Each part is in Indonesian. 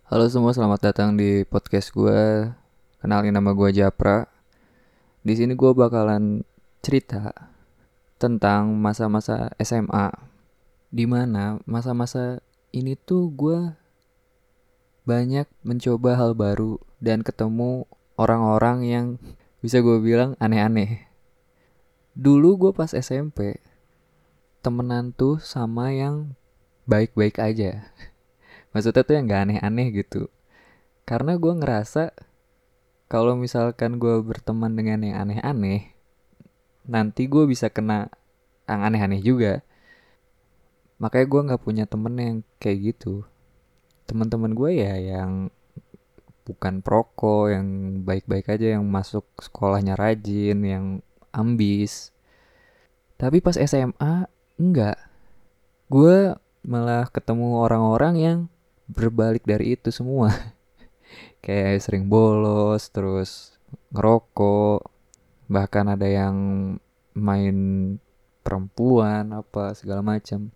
Halo semua, selamat datang di podcast gue. Kenalin, nama gue Japra. Di sini gue bakalan cerita tentang masa-masa SMA, di mana masa-masa ini tuh gue banyak mencoba hal baru dan ketemu orang-orang yang bisa gue bilang aneh-aneh. Dulu gue pas SMP temenan tuh sama yang baik-baik aja. Maksudnya tuh yang gak aneh-aneh gitu. Karena gue ngerasa kalau misalkan gue berteman dengan yang aneh-aneh, nanti gue bisa kena yang aneh-aneh juga. Makanya gue nggak punya temen yang kayak gitu. Teman-teman gue ya yang bukan proko, yang baik-baik aja, yang masuk sekolahnya rajin, yang ambis. Tapi pas SMA enggak. Gue malah ketemu orang-orang yang berbalik dari itu semua. Kayak sering bolos, terus ngerokok, bahkan ada yang main perempuan apa segala macam.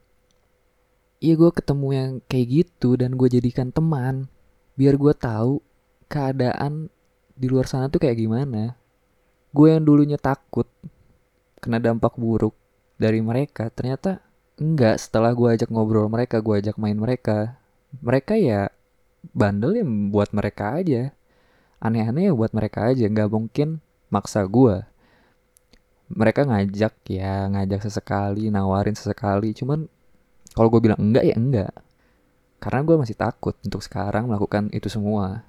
Iya, gue ketemu yang kayak gitu dan gue jadikan teman biar gue tahu keadaan di luar sana tuh kayak gimana. Gue yang dulunya takut kena dampak buruk dari mereka, ternyata enggak. Setelah gue ajak ngobrol mereka, gue ajak main mereka, mereka ya bandel ya buat mereka aja, aneh-aneh ya buat mereka aja, nggak mungkin maksa gue. Mereka ngajak ya ngajak sesekali, nawarin sesekali, cuman kalau gue bilang enggak ya enggak, karena gue masih takut untuk sekarang melakukan itu semua.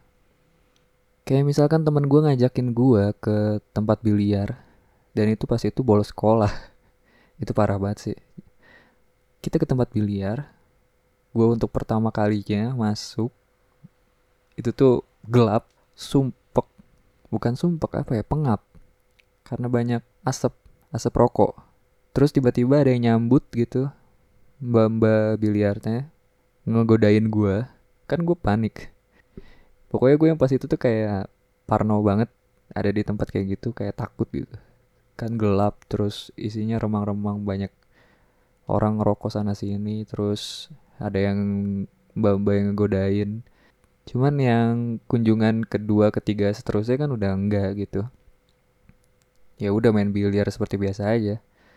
Kayak misalkan temen gue ngajakin gue ke tempat biliar, dan itu pas itu bolos sekolah. Itu parah banget sih. Kita ke tempat biliar, gue untuk pertama kalinya masuk, itu tuh gelap, sumpek, bukan sumpek apa ya, pengap, karena banyak asap, asap rokok. Terus tiba-tiba ada yang nyambut gitu, mbak-mbak biliarnya ngegodain gue. Kan gue panik. Pokoknya gue yang pas itu tuh kayak parno banget ada di tempat kayak gitu, kayak takut gitu. Kan gelap, terus isinya remang-remang, banyak orang ngerokok sana sini, terus ada yang mbak-mbak yang ngegodain. Cuman yang kunjungan kedua, ketiga, seterusnya kan udah enggak gitu. Ya udah main biliar seperti biasa aja.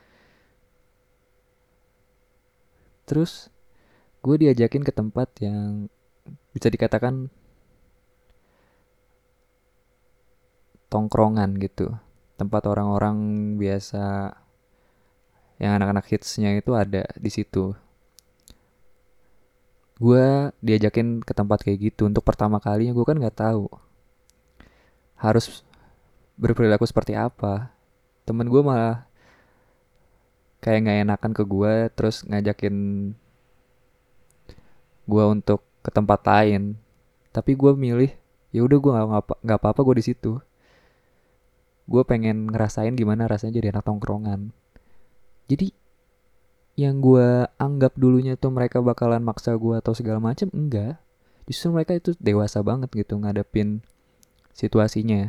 Terus gue diajakin ke tempat yang bisa dikatakan tongkrongan gitu. Tempat orang-orang biasa, yang anak-anak hitsnya itu ada di situ. Gue diajakin ke tempat kayak gitu untuk pertama kalinya. Gue kan nggak tahu harus berperilaku seperti apa. Temen gue malah kayak nggak enakan ke gue, terus ngajakin gue untuk ke tempat lain. Tapi gue milih, ya udah gue nggak apa-apa, gue di situ. Gue pengen ngerasain gimana rasanya jadi anak tongkrongan. Jadi yang gue anggap dulunya tuh mereka bakalan maksa gue atau segala macem, enggak. Justru mereka itu dewasa banget gitu ngadepin situasinya.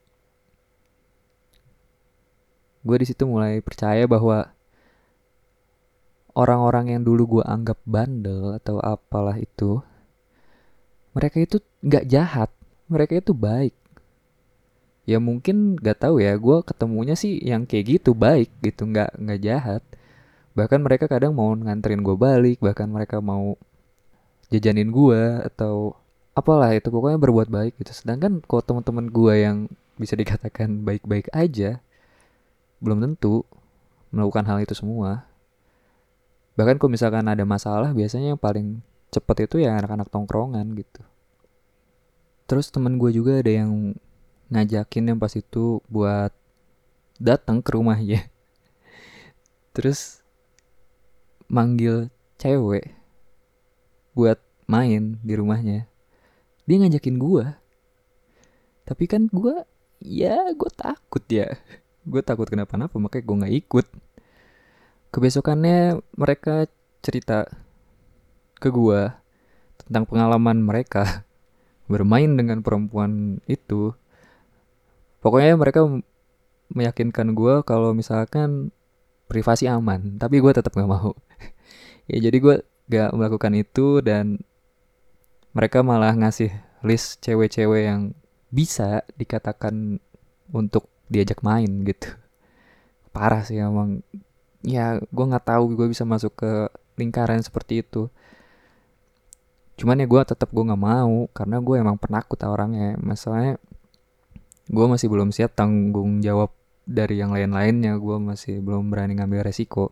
Gue di situ mulai percaya bahwa orang-orang yang dulu gue anggap bandel atau apalah itu, mereka itu nggak jahat, mereka itu baik. Ya mungkin nggak tahu ya, gue ketemunya sih yang kayak gitu baik gitu, nggak jahat. Bahkan mereka kadang mau nganterin gue balik, bahkan mereka mau jajanin gue atau apalah itu, pokoknya berbuat baik gitu. Sedangkan kalau teman-teman gue yang bisa dikatakan baik-baik aja, belum tentu melakukan hal itu semua. Bahkan kalau misalkan ada masalah, biasanya yang paling cepet itu ya anak-anak tongkrongan gitu. Terus temen gue juga ada yang ngajakin yang pas itu buat datang ke rumahnya. Terus manggil cewek buat main di rumahnya. Dia ngajakin gue. Tapi kan gue, ya gue takut ya. Gue takut kenapa-napa, makanya gue gak ikut. Kebesokannya mereka cerita ke gue tentang pengalaman mereka bermain dengan perempuan itu. Pokoknya mereka meyakinkan gue kalau misalkan privasi aman, tapi gue tetap gak mau. Ya jadi gue gak melakukan itu, dan Mereka malah ngasih list cewek-cewek yang bisa dikatakan untuk diajak main gitu. Parah sih emang. Ya gue nggak tahu gue bisa masuk ke lingkaran seperti itu. Cuman ya gue nggak mau karena gue emang penakut orangnya. Masalahnya gue masih belum siap tanggung jawab dari yang lain-lainnya. Gue masih belum berani ngambil resiko.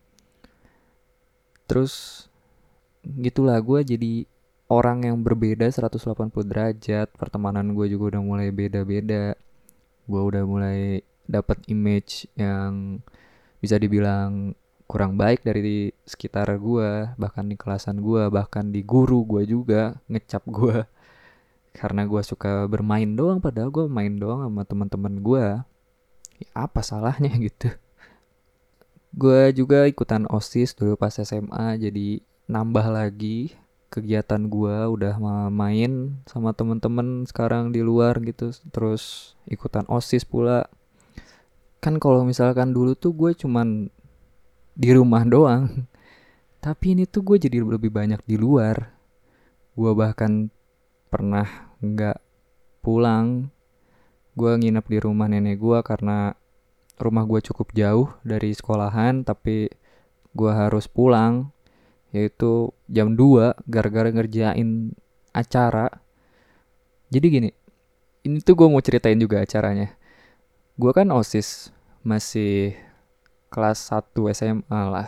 Terus gitulah, gue jadi orang yang berbeda 180 derajat. Pertemanan gue juga udah mulai beda-beda. Gue udah mulai dapat image yang bisa dibilang kurang baik dari sekitar gue, bahkan di kelasan gue, bahkan di guru gue juga ngecap gue karena gue suka bermain doang, padahal gue main doang sama teman-teman gue. Ya, apa salahnya gitu. Gue juga ikutan OSIS dulu pas SMA, jadi nambah lagi kegiatan gue, udah main sama temen-temen sekarang di luar gitu, terus ikutan OSIS pula. Kan kalau misalkan dulu tuh gue cuman di rumah doang, tapi ini tuh gue jadi lebih banyak di luar. Gue bahkan pernah nggak pulang, gue nginep di rumah nenek gue karena rumah gue cukup jauh dari sekolahan, tapi gue harus pulang yaitu jam 2 gara-gara ngerjain acara. Jadi gini, ini tuh gue mau ceritain juga acaranya. Gue kan OSIS masih kelas 1 SMA lah,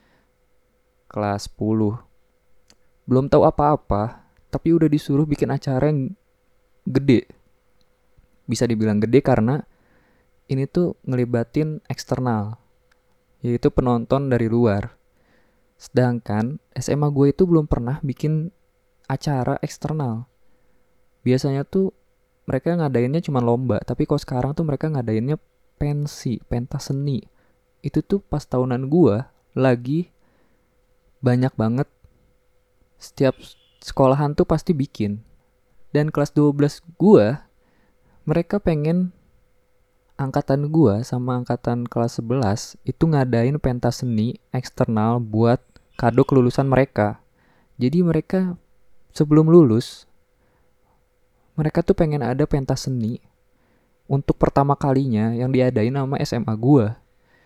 kelas 10. Belum tahu apa-apa, tapi udah disuruh bikin acara yang gede. Bisa dibilang gede karena ini tuh ngelibatin eksternal, yaitu penonton dari luar. Sedangkan SMA gue itu belum pernah bikin acara eksternal. Biasanya tuh mereka ngadainnya cuma lomba, tapi kalau sekarang tuh mereka ngadainnya pentas seni. Itu tuh pas tahunan gua lagi banyak banget, setiap sekolahan tuh pasti bikin. Dan kelas 12 gua, mereka pengen angkatan gua sama angkatan kelas 11 itu ngadain pentas seni eksternal buat kado kelulusan mereka. Jadi mereka sebelum lulus, mereka tuh pengen ada pentas seni untuk pertama kalinya yang diadain sama SMA gua.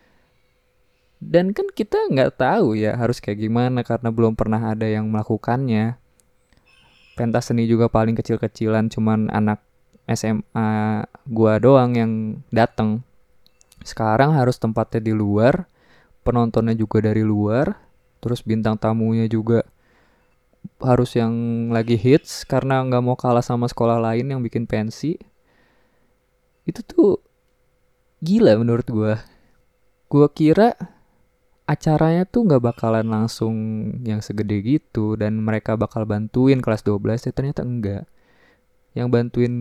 Dan kan kita nggak tahu ya harus kayak gimana karena belum pernah ada yang melakukannya. Pentas seni juga paling kecil-kecilan, cuman anak SMA gua doang yang datang. Sekarang harus tempatnya di luar, penontonnya juga dari luar, terus bintang tamunya juga harus yang lagi hits karena nggak mau kalah sama sekolah lain yang bikin pensi. Itu tuh gila menurut gua. Gua kira acaranya tuh nggak bakalan langsung yang segede gitu dan mereka bakal bantuin kelas 12, ya ternyata enggak. Yang bantuin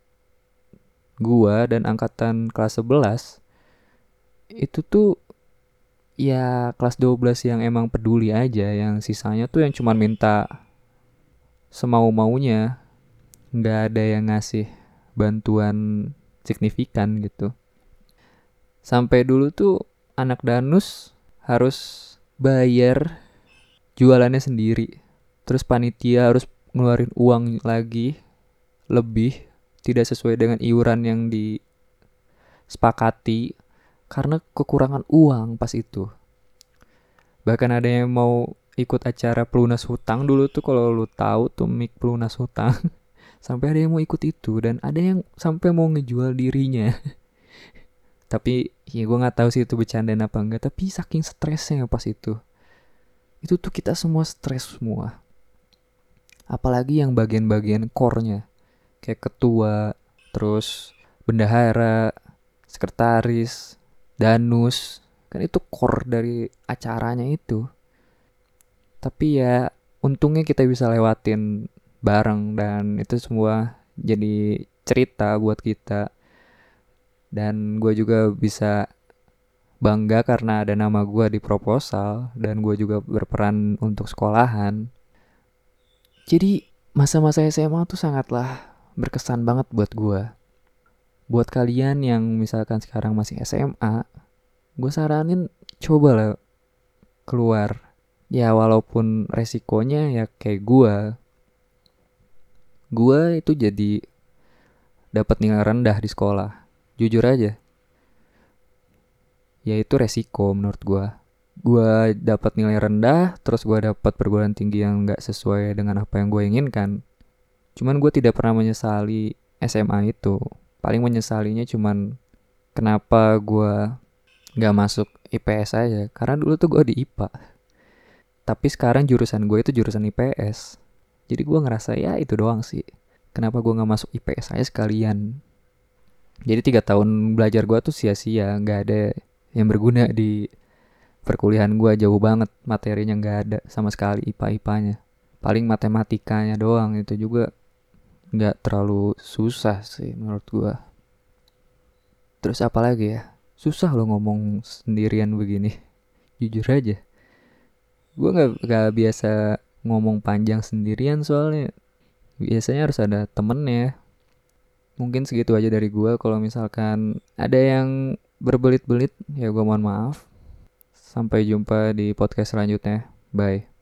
gua dan angkatan kelas 11 itu tuh ya kelas 12 yang emang peduli aja, yang sisanya tuh yang cuman minta semau-maunya, nggak ada yang ngasih bantuan signifikan gitu. Sampai dulu tuh anak danus harus bayar jualannya sendiri. Terus panitia harus ngeluarin uang lagi lebih, tidak sesuai dengan iuran yang disepakati karena kekurangan uang pas itu. Bahkan ada yang mau ikut acara pelunas hutang dulu tuh, kalau lu tahu tuh mik pelunas hutang. Sampai ada yang mau ikut itu dan ada yang sampai mau ngejual dirinya. Tapi ya gue nggak tahu sih itu bercandaan apa enggak, tapi saking stresnya pas itu tuh kita semua stres semua. Apalagi yang bagian-bagian core-nya, kayak ketua, terus bendahara, sekretaris, danus, kan itu core dari acaranya itu. Tapi ya untungnya kita bisa lewatin bareng dan itu semua jadi cerita buat kita. Dan gue juga bisa bangga karena ada nama gue di proposal dan gue juga berperan untuk sekolahan. Jadi masa-masa SMA tuh sangatlah berkesan banget buat gue. Buat kalian yang misalkan sekarang masih SMA, gue saranin coba lah keluar. Ya walaupun resikonya ya kayak gue, Gue itu jadi dapat nilai rendah di sekolah. Jujur aja, yaitu resiko menurut gue. Gue dapat nilai rendah, terus gue dapat perguruan tinggi yang nggak sesuai dengan apa yang gue inginkan. Cuman gue tidak pernah menyesali SMA itu. Paling menyesalinya cuman kenapa gue nggak masuk IPS aja. Karena dulu tuh gue di IPA. Tapi sekarang jurusan gue itu jurusan IPS. Jadi gue ngerasa ya itu doang sih. Kenapa gue nggak masuk IPS aja sekalian. Jadi 3 tahun belajar gue tuh sia-sia. Nggak ada yang berguna di perkuliahan gue, jauh banget materinya, nggak ada sama sekali IPA-IPAnya. Paling matematikanya doang, itu juga nggak terlalu susah sih menurut gue. Terus apa lagi ya? Susah lo ngomong sendirian begini. Jujur aja, gue nggak biasa ngomong panjang sendirian soalnya. Biasanya harus ada temennya. Mungkin segitu aja dari gue. Kalau misalkan ada yang berbelit-belit, ya gue mohon maaf. Sampai jumpa di podcast selanjutnya. Bye.